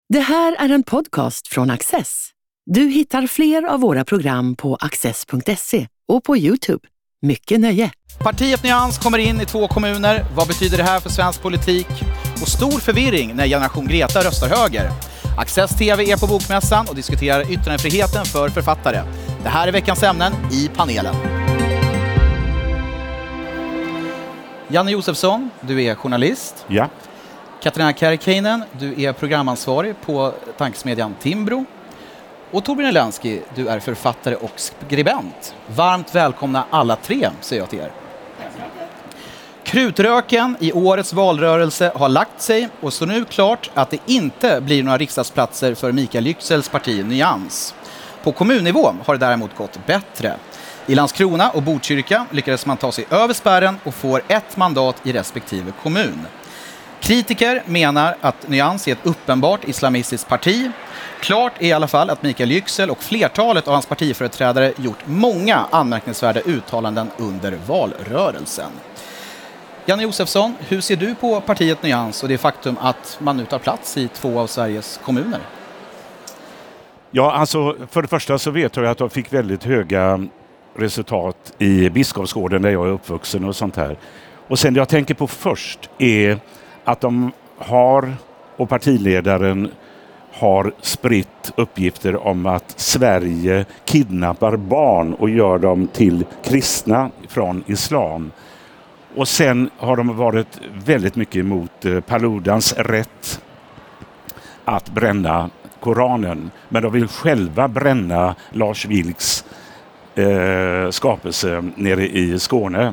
Det här är en podcast från Access. Du hittar fler av våra program på access.se och på YouTube. Mycket nöje! Partiet Nyans kommer in i 2 kommuner. Vad betyder det här för svensk politik? Och stor förvirring när Generation Greta röstar höger. Access TV är på Bokmässan och diskuterar yttrandefriheten för författare. Det här är veckans ämnen i panelen. Janne Josefsson, du är journalist. Ja. Katarina Kärkkäinen, du är programansvarig på tankesmedjan Timbro. Och Torbjörn Elensky, du är författare och skribent. Varmt välkomna alla 3, säger jag till er. Krutröken i årets valrörelse har lagt sig och står nu klart att det inte blir några riksdagsplatser för Mikael Yüksels parti Nyans. På kommunnivå har det däremot gått bättre. I Landskrona och Botkyrka lyckades man ta sig över spärren och får 1 mandat i respektive kommun. Kritiker menar att Nyans är ett uppenbart islamistiskt parti. Klart är i alla fall att Mikael Yüksel och flertalet av hans partiföreträdare gjort många anmärkningsvärda uttalanden under valrörelsen. Janne Josefsson, hur ser du på partiet Nyans och det faktum att man nu tar plats i 2 av Sveriges kommuner? Ja, alltså för det första så vet jag att de fick väldigt höga resultat i Biskopsgården där jag är uppvuxen och sånt här. Och sen det jag tänker på först är att de har, och partiledaren har spritt uppgifter om att Sverige kidnappar barn och gör dem till kristna från islam. Och sen har de varit väldigt mycket emot Paludans rätt att bränna Koranen. Men de vill själva bränna Lars Vilks skapelse nere i Skåne.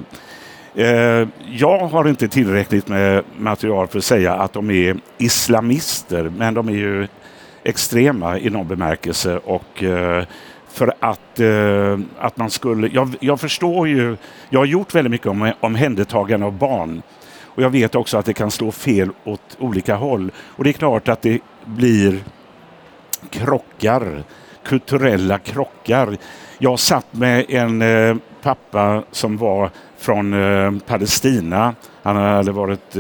Jag har inte tillräckligt med material för att säga att de är islamister, men de är ju extrema i någon bemärkelse. Och för att man skulle... Jag förstår ju... Jag har gjort väldigt mycket om omhändertagande av barn. Och jag vet också att det kan slå fel åt olika håll. Och det är klart att det blir krockar, kulturella krockar. Jag satt med en pappa som var från Palestina. Han hade varit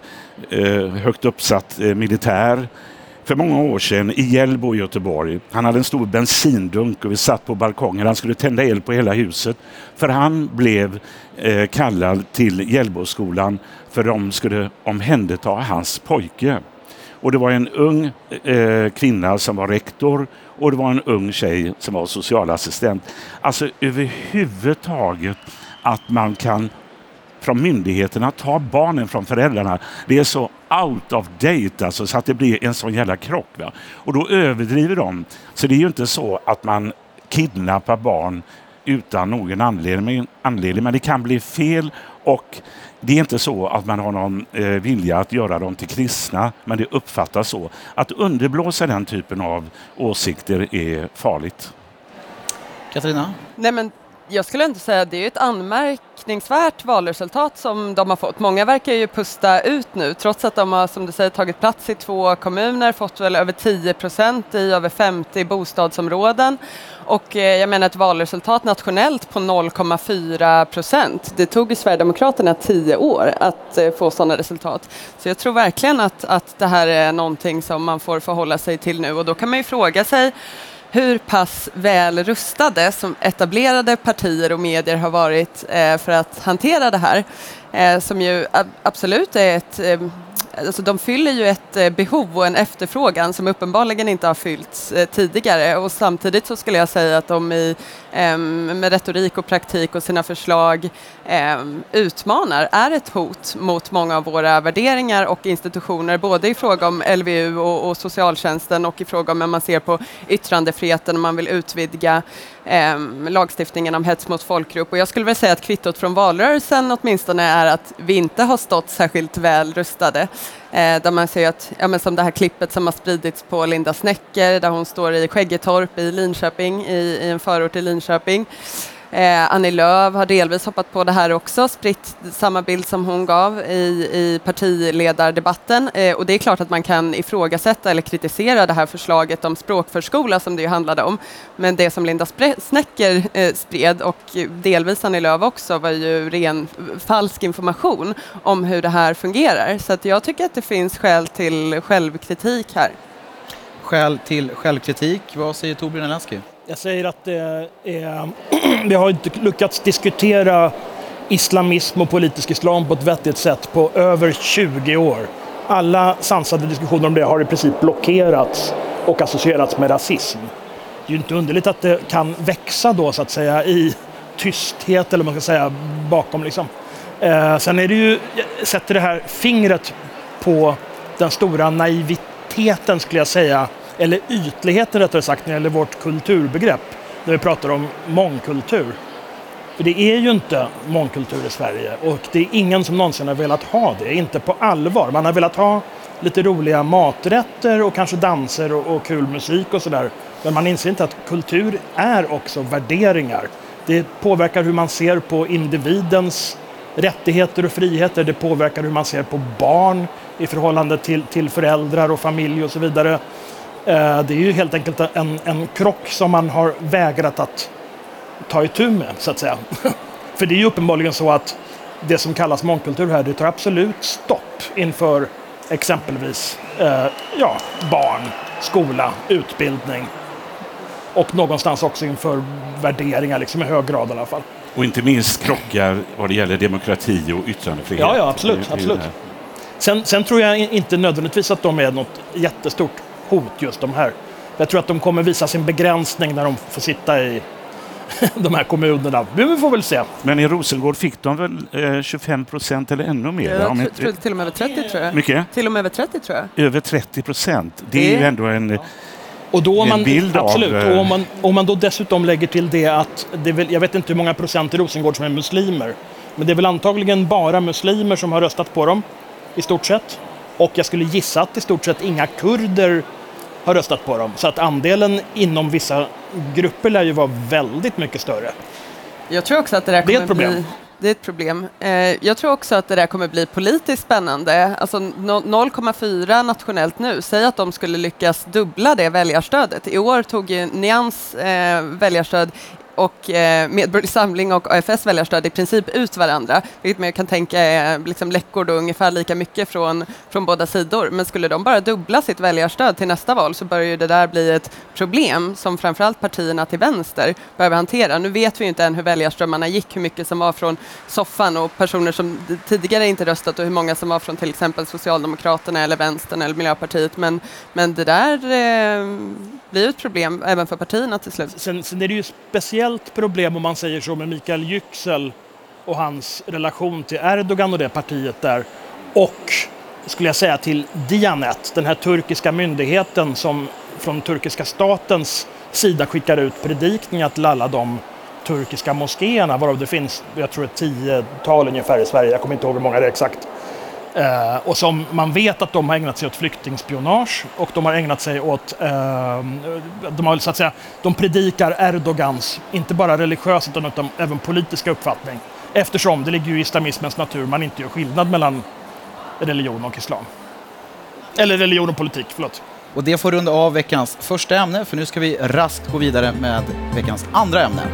högt uppsatt militär för många år sedan i Hjällbo i Göteborg. Han hade en stor bensindunk och vi satt på balkongen. Han skulle tända eld på hela huset. För han blev kallad till Hjällboskolan för de skulle omhänderta hans pojke. Och det var en ung kvinna som var rektor och det var en ung tjej som var socialassistent. Alltså överhuvudtaget att man kan från myndigheterna ta barnen från föräldrarna. Det är så out of date alltså, så att det blir en sån jävla krock. Va? Och då överdriver de. Så det är ju inte så att man kidnappar barn utan någon anledning. Men det kan bli fel och det är inte så att man har någon vilja att göra dem till kristna, men det uppfattas så. Att underblåsa den typen av åsikter är farligt. Katarina? Nej, men jag skulle inte säga att det är ett anmärkningsvärt valresultat som de har fått. Många verkar ju pusta ut nu, trots att de har, som du säger, tagit plats i 2 kommuner, fått väl över 10% i över 50 bostadsområden. Och jag menar ett valresultat nationellt på 0,4%. Det tog i Sverigedemokraterna 10 år att få sådana resultat. Så jag tror verkligen att det här är någonting som man får förhålla sig till nu. Och då kan man ju fråga sig hur pass väl rustade som etablerade partier och medier har varit för att hantera det här. Som ju absolut är alltså de fyller ju ett behov och en efterfrågan som uppenbarligen inte har fyllts tidigare. Och samtidigt så skulle jag säga att de med retorik och praktik och sina förslag utmanar, är ett hot mot många av våra värderingar och institutioner, både i fråga om LVU och socialtjänsten och i fråga om när man ser på yttrandefriheten och man vill utvidga lagstiftningen om hets mot folkgrupp. Och jag skulle väl säga att kvittot från valrörelsen åtminstone är att vi inte har stått särskilt väl rustade. Där man ser att, som det här klippet som har spridits på Linda Snecker, där hon står i Skäggetorp i Linköping, i en förort i Linköping. Annie Lööf har delvis hoppat på det här också, spritt samma bild som hon gav i partiledardebatten. Och det är klart att man kan ifrågasätta eller kritisera det här förslaget om språkförskola som det ju handlade om. Men det som Linda Snecker spred och delvis Annie Lööf också var ju ren falsk information om hur det här fungerar. Så att jag tycker att det finns skäl till självkritik här. skäl till självkritik. Vad säger Torbjörn Elensky? Jag säger att vi har inte lyckats diskutera islamism och politisk islam på ett vettigt sätt på över 20 år. Alla sansade diskussioner om det har i princip blockerats och associerats med rasism. Det är ju inte underligt att det kan växa då så att säga i tysthet eller man ska säga bakom liksom. Sen är det ju, sätter det här fingret på den stora naiviteten skulle jag säga, eller ytligheten rättare sagt när det gäller vårt kulturbegrepp när vi pratar om mångkultur. För det är ju inte mångkultur i Sverige och det är ingen som någonsin har velat ha det, inte på allvar. Man har velat ha lite roliga maträtter och kanske danser och kul musik och sådär. Men man inser inte att kultur är också värderingar. Det påverkar hur man ser på individens rättigheter och friheter. Det påverkar hur man ser på barn i förhållande till föräldrar och familj och så vidare. Det är ju helt enkelt en krock som man har vägrat att ta itu med, så att säga. För det är ju uppenbarligen så att det som kallas mångkultur här, det tar absolut stopp inför exempelvis barn, skola, utbildning och någonstans också inför värderingar, liksom i hög grad i alla fall. Och inte minst krockar vad det gäller demokrati och yttrandefrihet. Ja, absolut. Sen tror jag inte nödvändigtvis att de är något jättestort hot just de här. Jag tror att de kommer visa sin begränsning när de får sitta i de här kommunerna. Vi får väl se. Men i Rosengård fick de väl 25% eller ännu mer? Jag tror till och med över 30 tror jag. Mycket? Till och med över 30 tror jag. Över 30%. Det är ju ändå en bild absolut. av... Och om man då dessutom lägger till det att jag vet inte hur många procent i Rosengård som är muslimer. Men det är väl antagligen bara muslimer som har röstat på dem i stort sett. Och jag skulle gissa att i stort sett inga kurder har röstat på dem. Så att andelen inom vissa grupper lär ju vara väldigt mycket större. Jag tror också att det där kommer det är ett problem. Jag tror också att det där kommer bli politiskt spännande. Alltså 0,4 nationellt nu. Säg att de skulle lyckas dubbla det väljarstödet. I år tog ju Nyans väljarstöd och Medborgerlig Samling och AFS väljarstöd i princip ut varandra. Vilket man kan tänka är liksom läckor då ungefär lika mycket från båda sidor. Men skulle de bara dubbla sitt väljarstöd till nästa val så börjar ju det där bli ett problem som framförallt partierna till vänster behöver hantera. Nu vet vi ju inte än hur väljarströmmarna gick, hur mycket som var från soffan och personer som tidigare inte röstat och hur många som var från till exempel Socialdemokraterna eller Vänstern eller Miljöpartiet. Men det där blir ett problem även för partierna till slut. Sen är det ju speciellt problem om man säger så med Mikael Yüksel och hans relation till Erdogan och det partiet där. Och skulle jag säga till Diyanet, den här turkiska myndigheten som från turkiska statens sida skickar ut predikningar till alla de turkiska moskéerna, varav det finns, jag tror ett 10-tal ungefär i Sverige, jag kommer inte ihåg hur många det är exakt. Och som man vet att de har ägnat sig åt flyktingspionage och de har ägnat sig åt så att säga, de predikar Erdogans inte bara religiösa utan även politiska uppfattning, eftersom det ligger ju i islamismens natur man inte gör skillnad mellan religion och islam eller religion och politik, förlåt. Och det får runda av veckans första ämne, för nu ska vi raskt gå vidare med veckans andra ämne.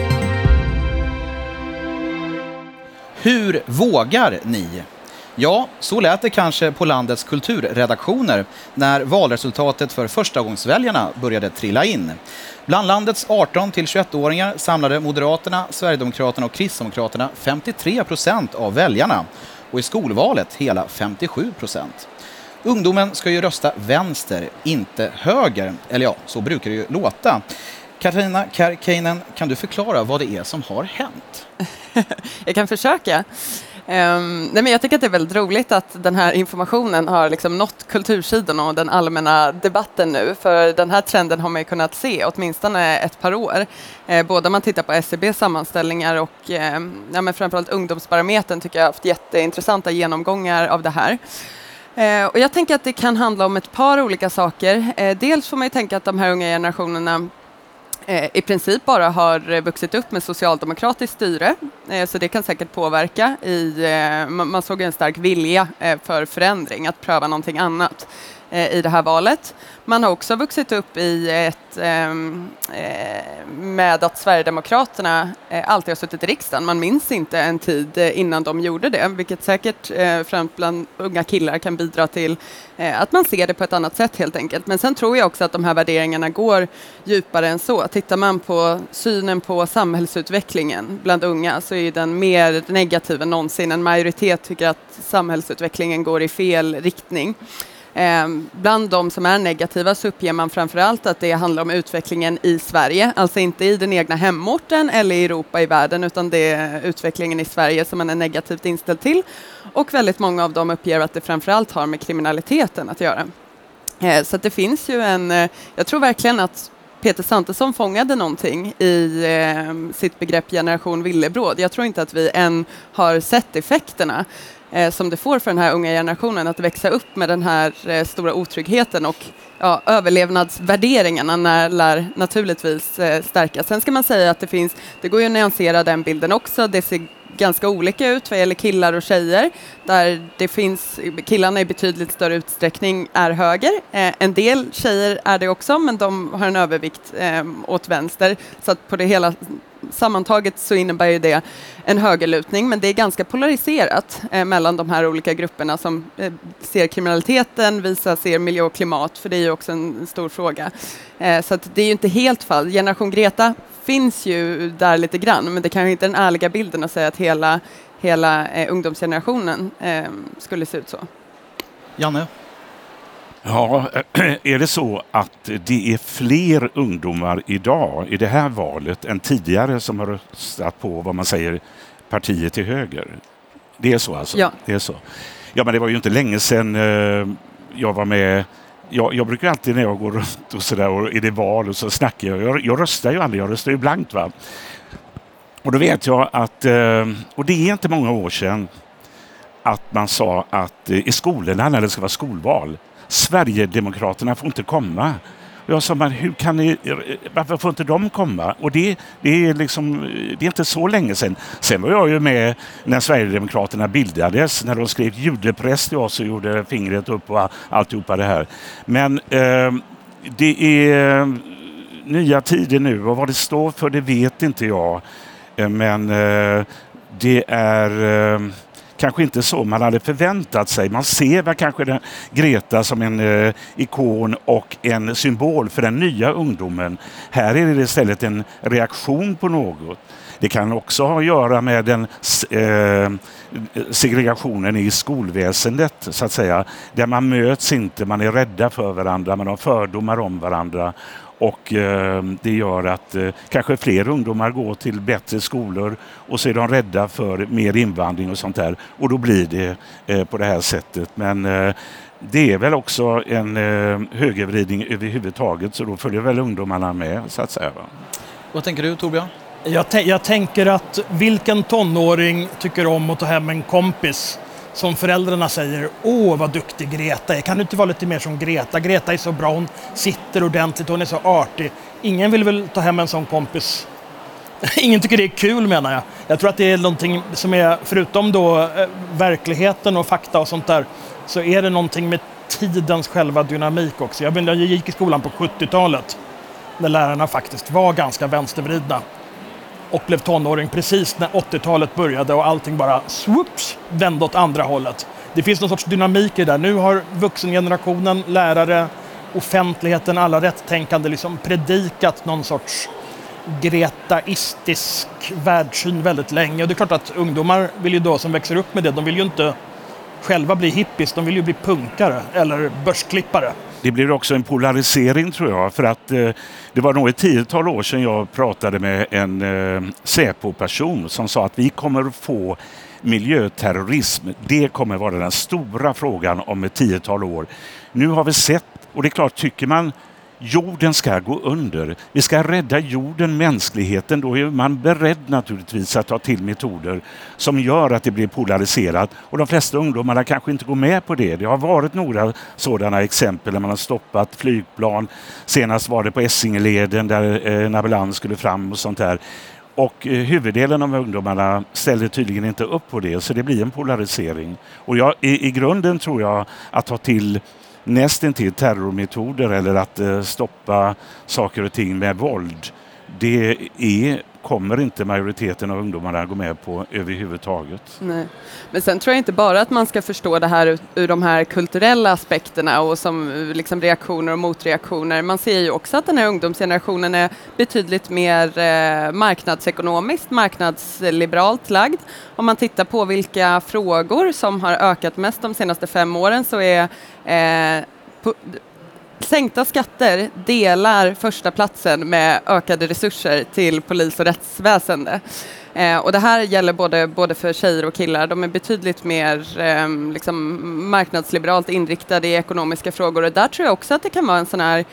Hur vågar ni? Ja, så lät det kanske på landets kulturredaktioner när valresultatet för förstagångsväljarna började trilla in. Bland landets 18-21-åringar samlade Moderaterna, Sverigedemokraterna och Kristdemokraterna 53% av väljarna och i skolvalet hela 57%. Ungdomen ska ju rösta vänster, inte höger. Eller ja, så brukar det ju låta. Katarina Kärkkäinen, kan du förklara vad det är som har hänt? Jag kan försöka. Men jag tycker att det är väldigt roligt att den här informationen har liksom nått kultursidan och den allmänna debatten nu. För den här trenden har man ju kunnat se åtminstone ett par år. Både om man tittar på SCBs sammanställningar och men framförallt Ungdomsbarometern tycker jag har haft jätteintressanta genomgångar av det här. Och jag tänker att det kan handla om ett par olika saker. Dels får man ju tänka att de här unga generationerna i princip bara har vuxit upp med socialdemokratiskt styre, så det kan säkert påverka. Man såg en stark vilja för förändring, att pröva någonting annat. i det här valet. Man har också vuxit upp i med att Sverigedemokraterna alltid har suttit i riksdagen. Man minns inte en tid innan de gjorde det, vilket säkert främst bland unga killar kan bidra till att man ser det på ett annat sätt helt enkelt. Men sen tror jag också att de här värderingarna går djupare än så. Tittar man på synen på samhällsutvecklingen bland unga så är den mer negativ än någonsin. En majoritet tycker att samhällsutvecklingen går i fel riktning. Bland de som är negativa så uppger man framförallt att det handlar om utvecklingen i Sverige, alltså inte i den egna hemorten eller i Europa, i världen, utan det är utvecklingen i Sverige som man är negativt inställd till. Och väldigt många av dem uppger att det framförallt har med kriminaliteten att göra. Så att det finns ju jag tror verkligen att Peter Santesson fångade någonting i sitt begrepp generation villebråd. Jag tror inte att vi än har sett effekterna som det får för den här unga generationen att växa upp med den här stora otryggheten, och överlevnadsvärderingarna lär naturligtvis stärkas. Sen ska man säga att det går ju att nyansera den bilden också. Det ser ganska olika ut vad gäller killar och tjejer, där killarna i betydligt större utsträckning är höger. En del tjejer är det också, men de har en övervikt åt vänster, så att på det hela sammantaget så innebär ju det en högerlutning, men det är ganska polariserat mellan de här olika grupperna som ser kriminaliteten, vissa ser miljö och klimat, för det är ju också en stor fråga. Så att det är ju inte helt fall. Generation Greta finns ju där lite grann, men det kan ju inte den ärliga bilden att säga att hela ungdomsgenerationen skulle se ut så. Janne? Ja, är det så att det är fler ungdomar idag i det här valet än tidigare som har röstat på vad man säger partiet till höger? Det är så alltså? Ja. Det är så. Ja, men det var ju inte länge sedan jag var med. Jag brukar alltid när jag går runt och sådär och är det val och så snackar jag röstar ju aldrig, jag röstar ju blankt, va? Och då vet jag att, och det är inte många år sedan, att man sa att i skolorna när det ska vara skolval, Sverigedemokraterna får inte komma. Och jag sa, men varför får inte de komma? Och det är inte så länge sedan. Sen var jag ju med när Sverigedemokraterna bildades, när de skrev judepräst till oss och gjorde fingret upp och alltihopa det här. Men det är nya tider nu, och vad det står för det vet inte jag. Men det är kanske inte så man hade förväntat sig. Man ser väl kanske Greta som en ikon och en symbol för den nya ungdomen. Här är det istället en reaktion på något. Det kan också ha att göra med den segregationen i skolväsendet, så att säga. Där man möts inte, man är rädda för varandra, man har fördomar om varandra. Och det gör att kanske fler ungdomar går till bättre skolor och så är de rädda för mer invandring och sånt där. Och då blir det på det här sättet. Men det är väl också en högervridning överhuvudtaget, så då följer väl ungdomarna med, så att säga. Vad tänker du, Torbjörn? Jag tänker att vilken tonåring tycker om att ta hem en kompis som föräldrarna säger, åh vad duktig Greta är, kan du inte vara lite mer som Greta? Greta är så bra, hon sitter ordentligt, hon är så artig. Ingen vill väl ta hem en sån kompis. Ingen tycker det är kul, menar jag. Jag tror att det är någonting som är, förutom då verkligheten och fakta och sånt där, så är det någonting med tidens själva dynamik också. Jag gick i skolan på 70-talet när lärarna faktiskt var ganska vänstervridna. Och blev tonåring precis när 80-talet började och allting bara swoops, vände åt andra hållet. Det finns någon sorts dynamik i det där. Nu har vuxengenerationen, lärare, offentligheten, alla rättänkande liksom predikat någon sorts gretaistisk världssyn väldigt länge. Och det är klart att ungdomar vill ju då, som växer upp med det, de vill ju inte själva bli hippies, de vill ju bli punkare eller börsklippare. Det blir också en polarisering, tror jag, för att det var nog ett 10-tal år sedan jag pratade med en Säpo-person som sa att vi kommer att få miljöterrorism. Det kommer vara den stora frågan om ett 10-tal år. Nu har vi sett, och det är klart, tycker man jorden ska gå under, vi ska rädda jorden, mänskligheten, då är man beredd naturligtvis att ta till metoder som gör att det blir polariserat. Och de flesta ungdomarna kanske inte går med på det. Det har varit några sådana exempel när man har stoppat flygplan. Senast var det på Essingeleden där en ambulans skulle fram och sånt där. Och huvuddelen av ungdomarna ställer tydligen inte upp på det, så det blir en polarisering. Och i grunden tror jag att ta till nästintill terrormetoder eller att stoppa saker och ting med våld, det kommer inte majoriteten av ungdomarna gå med på överhuvudtaget. Nej. Men sen tror jag inte bara att man ska förstå det här ur de här kulturella aspekterna och som liksom reaktioner och motreaktioner. Man ser ju också att den här ungdomsgenerationen är betydligt mer marknadsekonomiskt, marknadsliberalt lagd. Om man tittar på vilka frågor som har ökat mest de senaste 5 åren så är sänkta skatter delar första platsen med ökade resurser till polis- och rättsväsende. Och det här gäller både för tjejer och killar. De är betydligt mer liksom marknadsliberalt inriktade i ekonomiska frågor. Och där tror jag också att det kan vara en sån här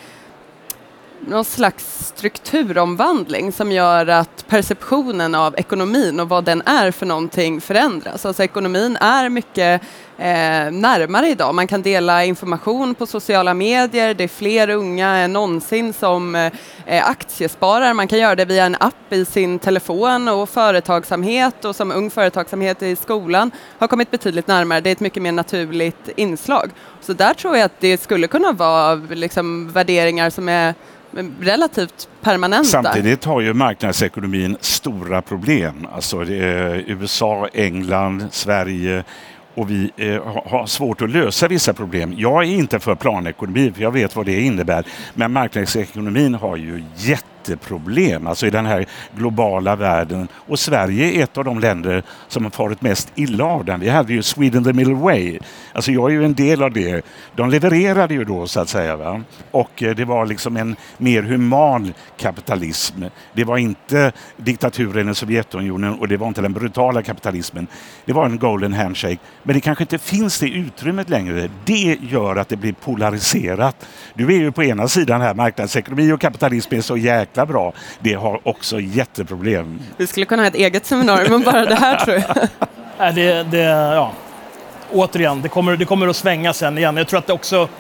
någon slags strukturomvandling som gör att perceptionen av ekonomin och vad den är för någonting förändras. Alltså ekonomin är mycket närmare idag. Man kan dela information på sociala medier. Det är fler unga än någonsin som aktiesparar. Man kan göra det via en app i sin telefon och företagsamhet och som ung företagsamhet i skolan har kommit betydligt närmare. Det är ett mycket mer naturligt inslag. Så där tror jag att det skulle kunna vara liksom värderingar som är relativt permanenta. Samtidigt har ju marknadsekonomin stora problem. Alltså USA, England, Sverige och vi har svårt att lösa vissa problem. Jag är inte för planekonomi för jag vet vad det innebär. Men marknadsekonomin har ju jätteproblem alltså i den här globala världen. Och Sverige är ett av de länder som har farit mest illa av den. Vi hade ju Sweden the Middle Way. Alltså jag är ju en del av det. De levererade ju då så att säga. Va? Och det var liksom en mer human kapitalism. Det var inte diktaturen i Sovjetunionen och det var inte den brutala kapitalismen. Det var en golden handshake. Men det kanske inte finns det utrymmet längre. Det gör att det blir polariserat. Du är ju på ena sidan här, marknadsekonomi och kapitalism är så jäkla bra. Det har också jätteproblem. Vi skulle kunna ha ett eget seminarium om bara det här tror jag. Ja. Återigen, det kommer att svänga sen igen. Jag tror att det också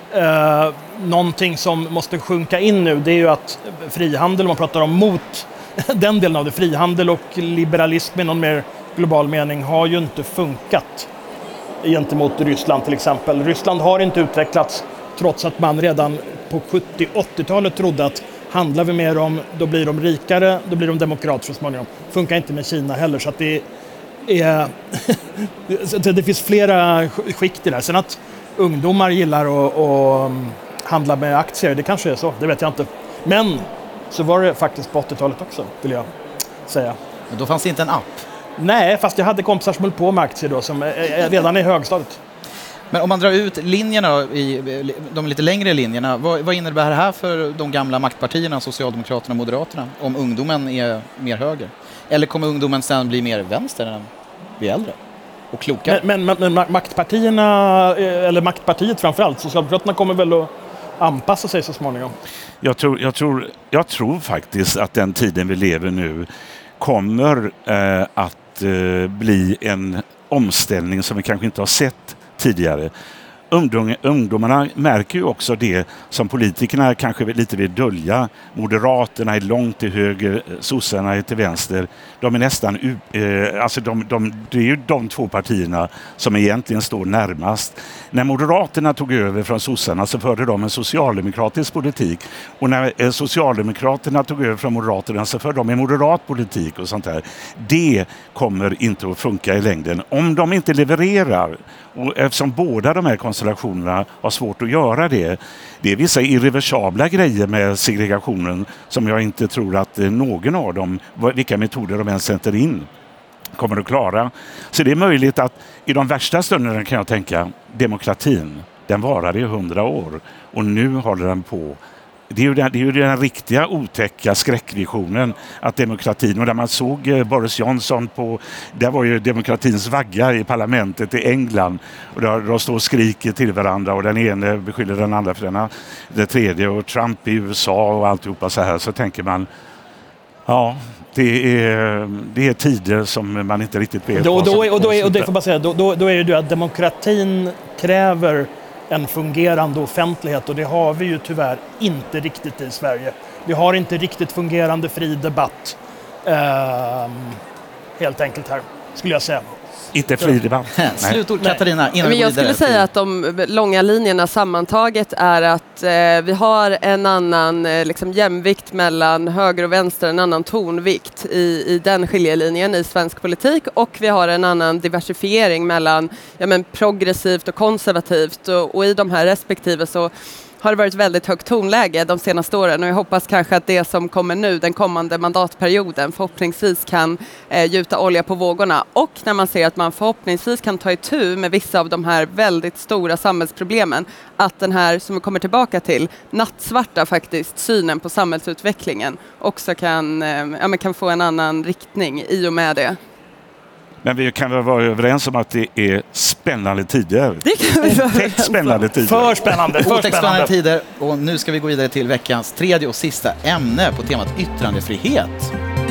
någonting som måste sjunka in nu, det är ju att frihandel, man pratar om mot den delen av det, frihandel och liberalism i någon mer global mening har ju inte funkat gentemot Ryssland till exempel. Ryssland har inte utvecklats trots att man redan på 70-80-talet trodde att handlar vi med dem, då blir de rikare, då blir de demokrater så småningom. Funkar inte med Kina heller, så att det är det finns flera skikt i det här. Sen att ungdomar gillar att handla med aktier, det kanske är så, det vet jag inte. Men så var det faktiskt på 80-talet också, vill jag säga. Men då fanns det inte en app? Nej, fast jag hade kompisar som höll på med aktier då, som redan i högstadiet. Men om man drar ut linjerna, de lite längre linjerna, vad innebär det här för de gamla maktpartierna, Socialdemokraterna och Moderaterna, om ungdomen är mer höger? Eller kommer ungdomen sen bli mer vänster än vi äldre och klokare? Men maktpartierna, eller maktpartiet framförallt, Socialdemokraterna kommer väl att anpassa sig så småningom? Jag tror faktiskt att den tiden vi lever nu kommer att bli en omställning som vi kanske inte har sett tidigare. Ungdomarna märker ju också det som politikerna kanske lite vill dölja. Moderaterna är långt till höger, sossarna är till vänster. De är nästan det är ju de två partierna som egentligen står närmast. När Moderaterna tog över från sossarna så förde de en socialdemokratisk politik. Och när Socialdemokraterna tog över från Moderaterna så förde de en moderat politik och sånt där. Det kommer inte att funka i längden. Om de inte levererar, och eftersom båda de här konstellationerna har svårt att göra det. Det är vissa irreversibla grejer med segregationen som jag inte tror att någon av dem, vilka metoder de än sätter in, kommer att klara. Så det är möjligt att i de värsta stunderna kan jag tänka, demokratin, den varade i 100 år och nu håller den på. Det är ju den riktiga otäcka skräckvisionen att demokratin, och där man såg Boris Johnson där var ju demokratins vagga i parlamentet i England och de står och skriker till varandra och den ene beskyller den andra för det tredje, och Trump i USA och alltihopa så här, så tänker man ja, det är tider som man inte riktigt vet. Då är det att demokratin kräver en fungerande offentlighet, och det har vi ju tyvärr inte riktigt i Sverige. Vi har inte riktigt fungerande fri debatt helt enkelt här, skulle jag säga. Inte fri debatt. Slutord, Katarina, innan vi går Jag vidare skulle säga att de långa linjerna sammantaget är att vi har en annan liksom jämvikt mellan höger och vänster, en annan tonvikt i den skiljelinjen i svensk politik, och vi har en annan diversifiering mellan progressivt och konservativt, och i de här respektive så har det varit väldigt högt tonläge de senaste åren, och jag hoppas kanske att det som kommer nu, den kommande mandatperioden, förhoppningsvis kan gjuta olja på vågorna, och när man ser att man förhoppningsvis kan ta itu med vissa av de här väldigt stora samhällsproblemen, att den här, som vi kommer tillbaka till, nattsvarta faktiskt synen på samhällsutvecklingen också kan få en annan riktning i och med det. Men vi kan väl vara överens om att det är spännande tider. Det kan vi vara överens om. Spännande tider. För spännande. Spännande tider. Och nu ska vi gå vidare till veckans tredje och sista ämne på temat yttrandefrihet.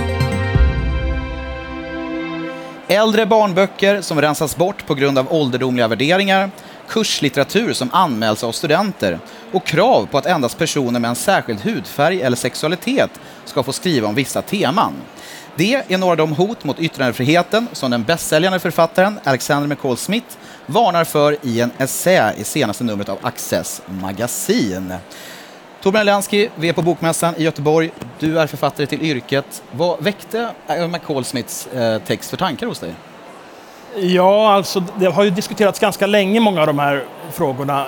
Äldre barnböcker som rensas bort på grund av ålderdomliga värderingar, kurslitteratur som anmäls av studenter och krav på att endast personer med en särskild hudfärg eller sexualitet ska få skriva om vissa teman. Det är några av de hot mot yttrandefriheten som den bästsäljande författaren Alexander McCall Smith varnar för i en essä i senaste numret av Access magasin. Torbjörn Elensky, vi är på Bokmässan i Göteborg. Du är författare till yrket. Vad väckte McCall Smiths text för tankar hos dig? Ja, alltså det har ju diskuterats ganska länge, många av de här frågorna.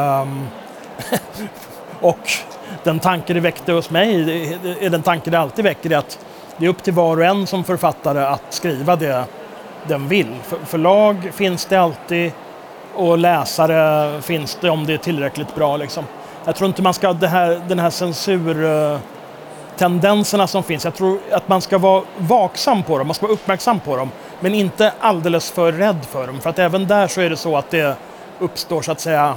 Och den tanke det väckte hos mig är den tanke det alltid väcker, är att det är upp till var och en som författare att skriva det den vill. Förlag finns det alltid, och läsare finns det om det är tillräckligt bra. Liksom. Jag tror inte man ska den här censurtendenserna som finns. Jag tror att man ska vara vaksam på dem, man ska vara uppmärksam på dem, men inte alldeles för rädd för dem. För att även där så är det så att det uppstår så att säga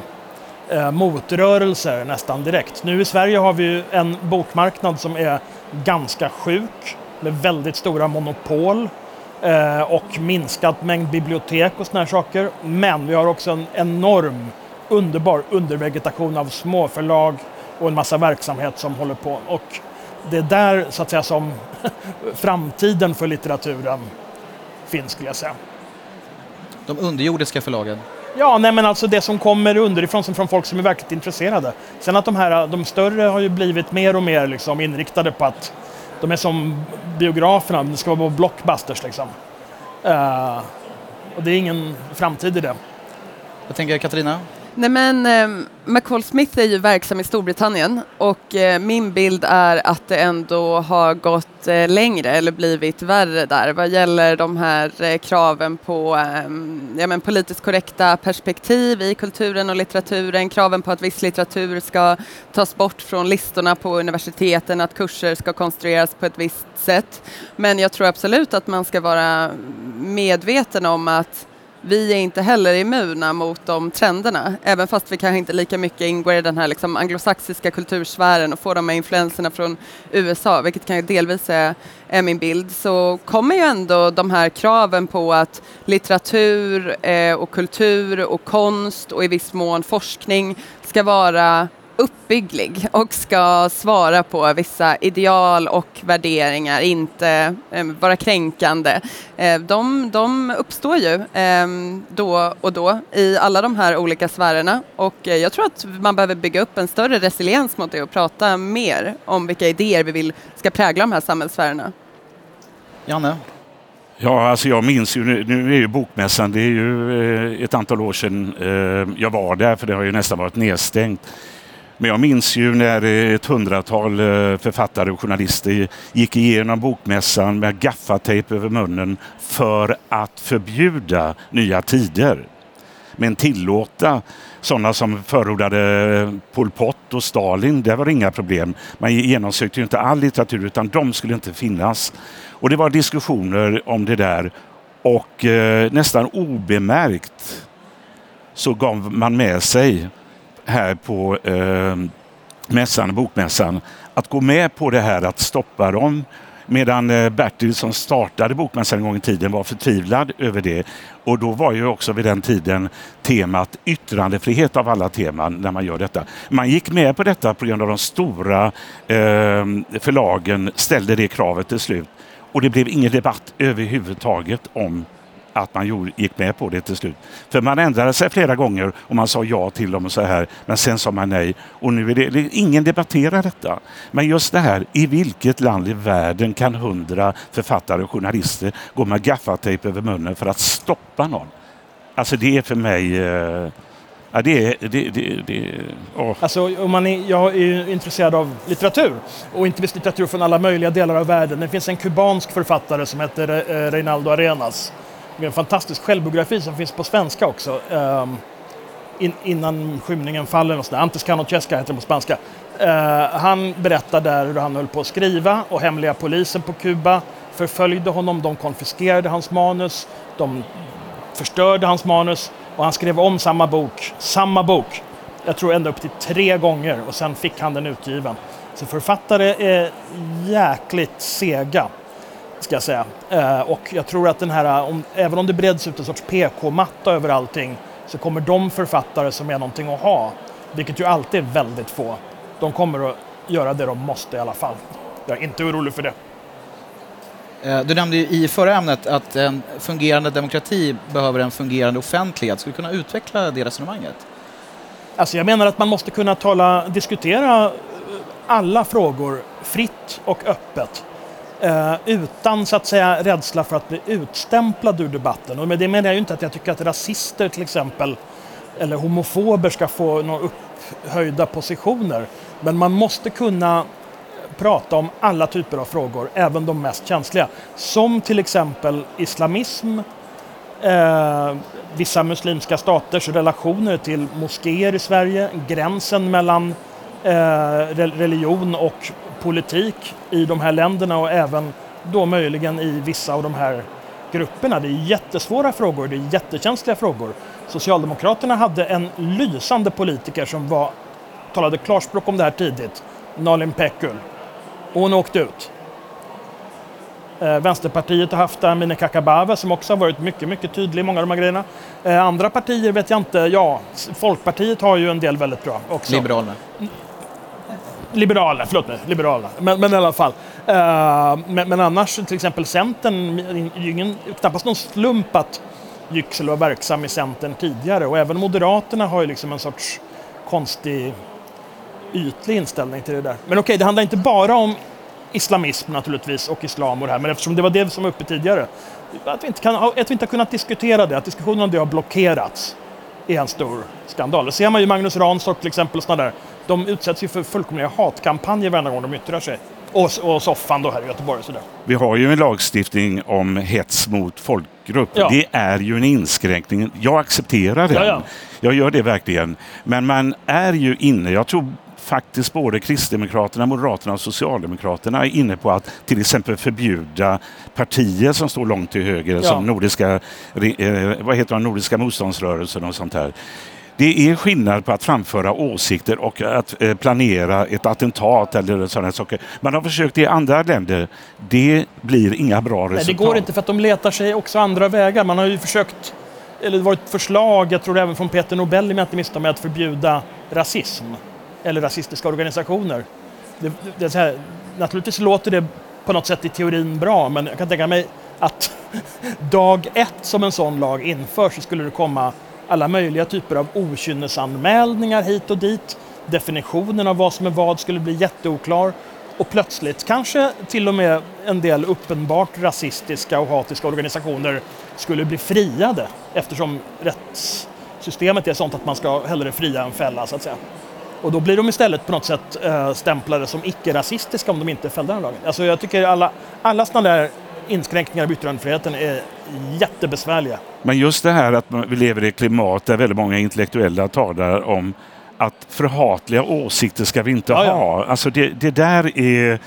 motrörelser nästan direkt. Nu i Sverige har vi ju en bokmarknad som är ganska sjuk, med väldigt stora monopol och minskad mängd bibliotek och såna här saker. Men vi har också en enorm, underbar undervegetation av småförlag och en massa verksamhet som håller på. Och det är där så att säga som framtiden för litteraturen finns, skulle jag säga. De underjordiska förlagen? Ja, nej, men alltså det som kommer underifrån, som från folk som är verkligt intresserade. Sen att de större har ju blivit mer och mer liksom inriktade på att de är som biograferna, det ska vara blockbusters liksom. Och det är ingen framtid i det. Vad tänker Katarina? Nej, men McCall Smith är ju verksam i Storbritannien, och min bild är att det ändå har gått längre eller blivit värre där vad gäller de här kraven på politiskt korrekta perspektiv i kulturen och litteraturen, kraven på att viss litteratur ska tas bort från listorna på universiteten, att kurser ska konstrueras på ett visst sätt. Men jag tror absolut att man ska vara medveten om att vi är inte heller immuna mot de trenderna, även fast vi kanske inte lika mycket ingår i den här liksom anglosaxiska kultursfären och får de här influenserna från USA, vilket kan ju delvis är min bild, så kommer ju ändå de här kraven på att litteratur och kultur och konst och i viss mån forskning ska vara uppbygglig och ska svara på vissa ideal och värderingar, inte vara kränkande. De uppstår ju då och då i alla de här olika sfärerna, och jag tror att man behöver bygga upp en större resiliens mot det och prata mer om vilka idéer vi vill ska prägla de här samhällssfärerna. Janne? Ja, alltså jag minns ju, nu är ju Bokmässan, det är ju ett antal år sedan jag var där, för det har ju nästan varit nedstängt. Men jag minns ju när ett 100-tal författare och journalister gick igenom Bokmässan med gaffatejp över munnen för att förbjuda nya tider. Men tillåta sådana som förordade Pol Pot och Stalin, det var inga problem. Man genomsökte ju inte all litteratur, utan de skulle inte finnas. Och det var diskussioner om det där, och nästan obemärkt så gav man med sig här på Bokmässan att gå med på det här att stoppa dem, medan Bertil som startade Bokmässan en gång i tiden var förtvivlad över det. Och då var ju också vid den tiden temat yttrandefrihet av alla teman när man gör detta. Man gick med på detta på grund av de stora förlagen ställde det kravet till slut, och det blev ingen debatt överhuvudtaget om att man gick med på det till slut. För man ändrade sig flera gånger och man sa ja till dem och så här, men sen sa man nej. Och nu är det ingen debatterar detta. Men just det här, i vilket land i världen kan 100 författare och journalister gå med gaffatejp över munnen för att stoppa någon? Alltså det är för mig... Ja, Alltså, jag är ju intresserad av litteratur och inte minst litteratur från alla möjliga delar av världen. Det finns en kubansk författare som heter Reinaldo Arenas med en fantastisk självbiografi som finns på svenska också. Innan skymningen faller och sådär. Antes Canochesca heter det på spanska. Han berättar där hur han höll på att skriva och hemliga polisen på Kuba förföljde honom. De konfiskerade hans manus, de förstörde hans manus. Och han skrev om samma bok, jag tror ända upp till 3 gånger och sen fick han den utgiven. Så författare är jäkligt sega, ska jag säga. Och jag tror att den här, även om det breds ut en sorts PK-matta över allting, så kommer de författare som är någonting att ha, vilket ju alltid är väldigt få, de kommer att göra det de måste i alla fall. Jag är inte orolig för det. Du nämnde i förra ämnet att en fungerande demokrati behöver en fungerande offentlighet. Skulle du kunna utveckla det resonemanget? Alltså jag menar att man måste kunna diskutera alla frågor fritt och öppet. Utan så att säga rädsla för att bli utstämplad ur debatten. Och med det menar jag ju inte att jag tycker att rasister till exempel eller homofober ska få några upphöjda positioner. Men man måste kunna prata om alla typer av frågor, även de mest känsliga. Som till exempel islamism, vissa muslimska staters relationer till moskéer i Sverige, gränsen mellan religion och politik i de här länderna och även då möjligen i vissa av de här grupperna. Det är jättesvåra frågor, det är jättekänsliga frågor. Socialdemokraterna hade en lysande politiker som talade klarspråk om det här tidigt, Nalin Pekgul. Och hon åkte ut. Vänsterpartiet har haft Amineh Kakabaveh som också har varit mycket, mycket tydlig i många av de här grejerna. Andra partier vet jag inte. Ja, Folkpartiet har ju en del väldigt bra också. Liberalerna. Men i alla fall. Men annars till exempel Centern, knappast någon slump att Yüksel var verksam i Centern tidigare. Och även Moderaterna har ju liksom en sorts konstig ytlig inställning till det där. Men okej, det handlar inte bara om islamism naturligtvis och islam och det här, men eftersom det var det som var uppe tidigare, att vi inte har kunnat diskutera det, att diskussionen om det har blockerats är en stor skandal. Det ser man ju Magnus Ranstorp till exempel, sådana där. De utsätts ju för fullkomliga hatkampanjer varje gång de yttrar sig. Och soffan då här i Göteborg och sådär. Vi har ju en lagstiftning om hets mot folkgrupp. Ja. Det är ju en inskränkning. Jag accepterar den. Ja. Jag gör det verkligen. Men man är ju inne, jag tror faktiskt både Kristdemokraterna, Moderaterna och Socialdemokraterna är inne på att till exempel förbjuda partier som står långt till höger, som Nordiska motståndsrörelsen och sånt här. Det är skillnad på att framföra åsikter och att planera ett attentat eller sådana saker. Man har försökt i andra länder. Det blir inga bra resultat. Nej, det går inte för att de letar sig också andra vägar. Man har ju försökt, eller det var ett förslag, jag tror även från Peter Nobel, med att förbjuda rasism eller rasistiska organisationer. Det är så här, naturligtvis låter det på något sätt i teorin bra, men jag kan tänka mig att dag 1 som en sån lag införs så skulle det komma alla möjliga typer av okynnesanmälningar hit och dit. Definitionen av vad som är vad skulle bli jätteoklar. Och plötsligt kanske till och med en del uppenbart rasistiska och hatiska organisationer skulle bli friade. Eftersom rättssystemet är sånt att man ska hellre fria än fälla, så att säga. Och då blir de istället på något sätt stämplade som icke-rasistiska om de inte fällde den lagen. Alltså jag tycker alla sådana där inskränkningar av yttrandefriheten är jättebesvärliga. Men just det här att vi lever i ett klimat där väldigt många intellektuella talar om att förhatliga åsikter ska vi inte ha. Alltså det där är...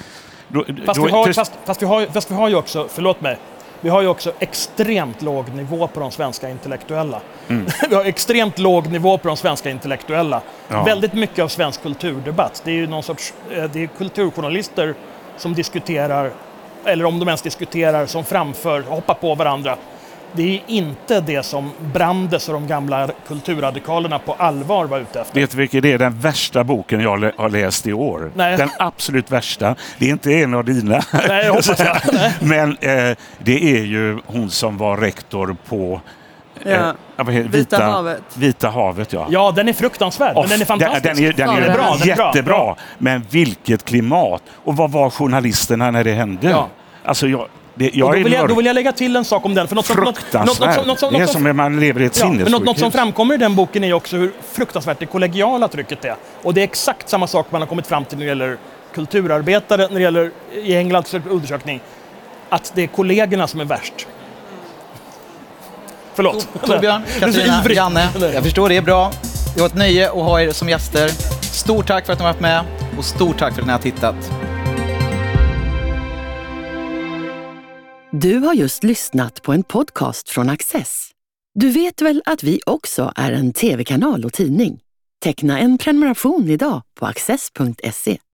Fast vi har ju också, förlåt mig, vi har ju också extremt låg nivå på de svenska intellektuella. Vi har extremt låg nivå på de svenska intellektuella. Ja. Väldigt mycket av svensk kulturdebatt. Det är ju någon sorts, det är kulturjournalister som diskuterar, eller om de ens diskuterar, som framför, hoppar på varandra Det är inte det som Brandes och de gamla kulturradikalerna på allvar var ute efter. Vet du vilken det är den värsta boken jag har läst i år? Nej. Den absolut värsta. Det är inte en av dina. Nej, jag hoppas jag. Nej. Men det är ju hon som var rektor på Vita havet, ja. Ja, den är fruktansvärd, men den är fantastisk. Den är bra, jättebra. Men vilket klimat. Och vad var journalisterna när det hände? Ja. Alltså då vill jag lägga till en sak om den. För fruktansvärt. Det är som när man lever i ett sinnessjukhus. Men något som framkommer i den boken är också hur fruktansvärt det kollegiala trycket är. Och det är exakt samma sak man har kommit fram till när det gäller kulturarbetare, när det gäller i Englands undersökning, att det är kollegorna som är värst. Förlåt. Torbjörn, Katarina, Janne, jag förstår det är bra. Det var ett nöje att ha er som gäster. Stort tack för att ni har varit med och stort tack för att ni har tittat. Du har just lyssnat på en podcast från Access. Du vet väl att vi också är en tv-kanal och tidning? Teckna en prenumeration idag på access.se.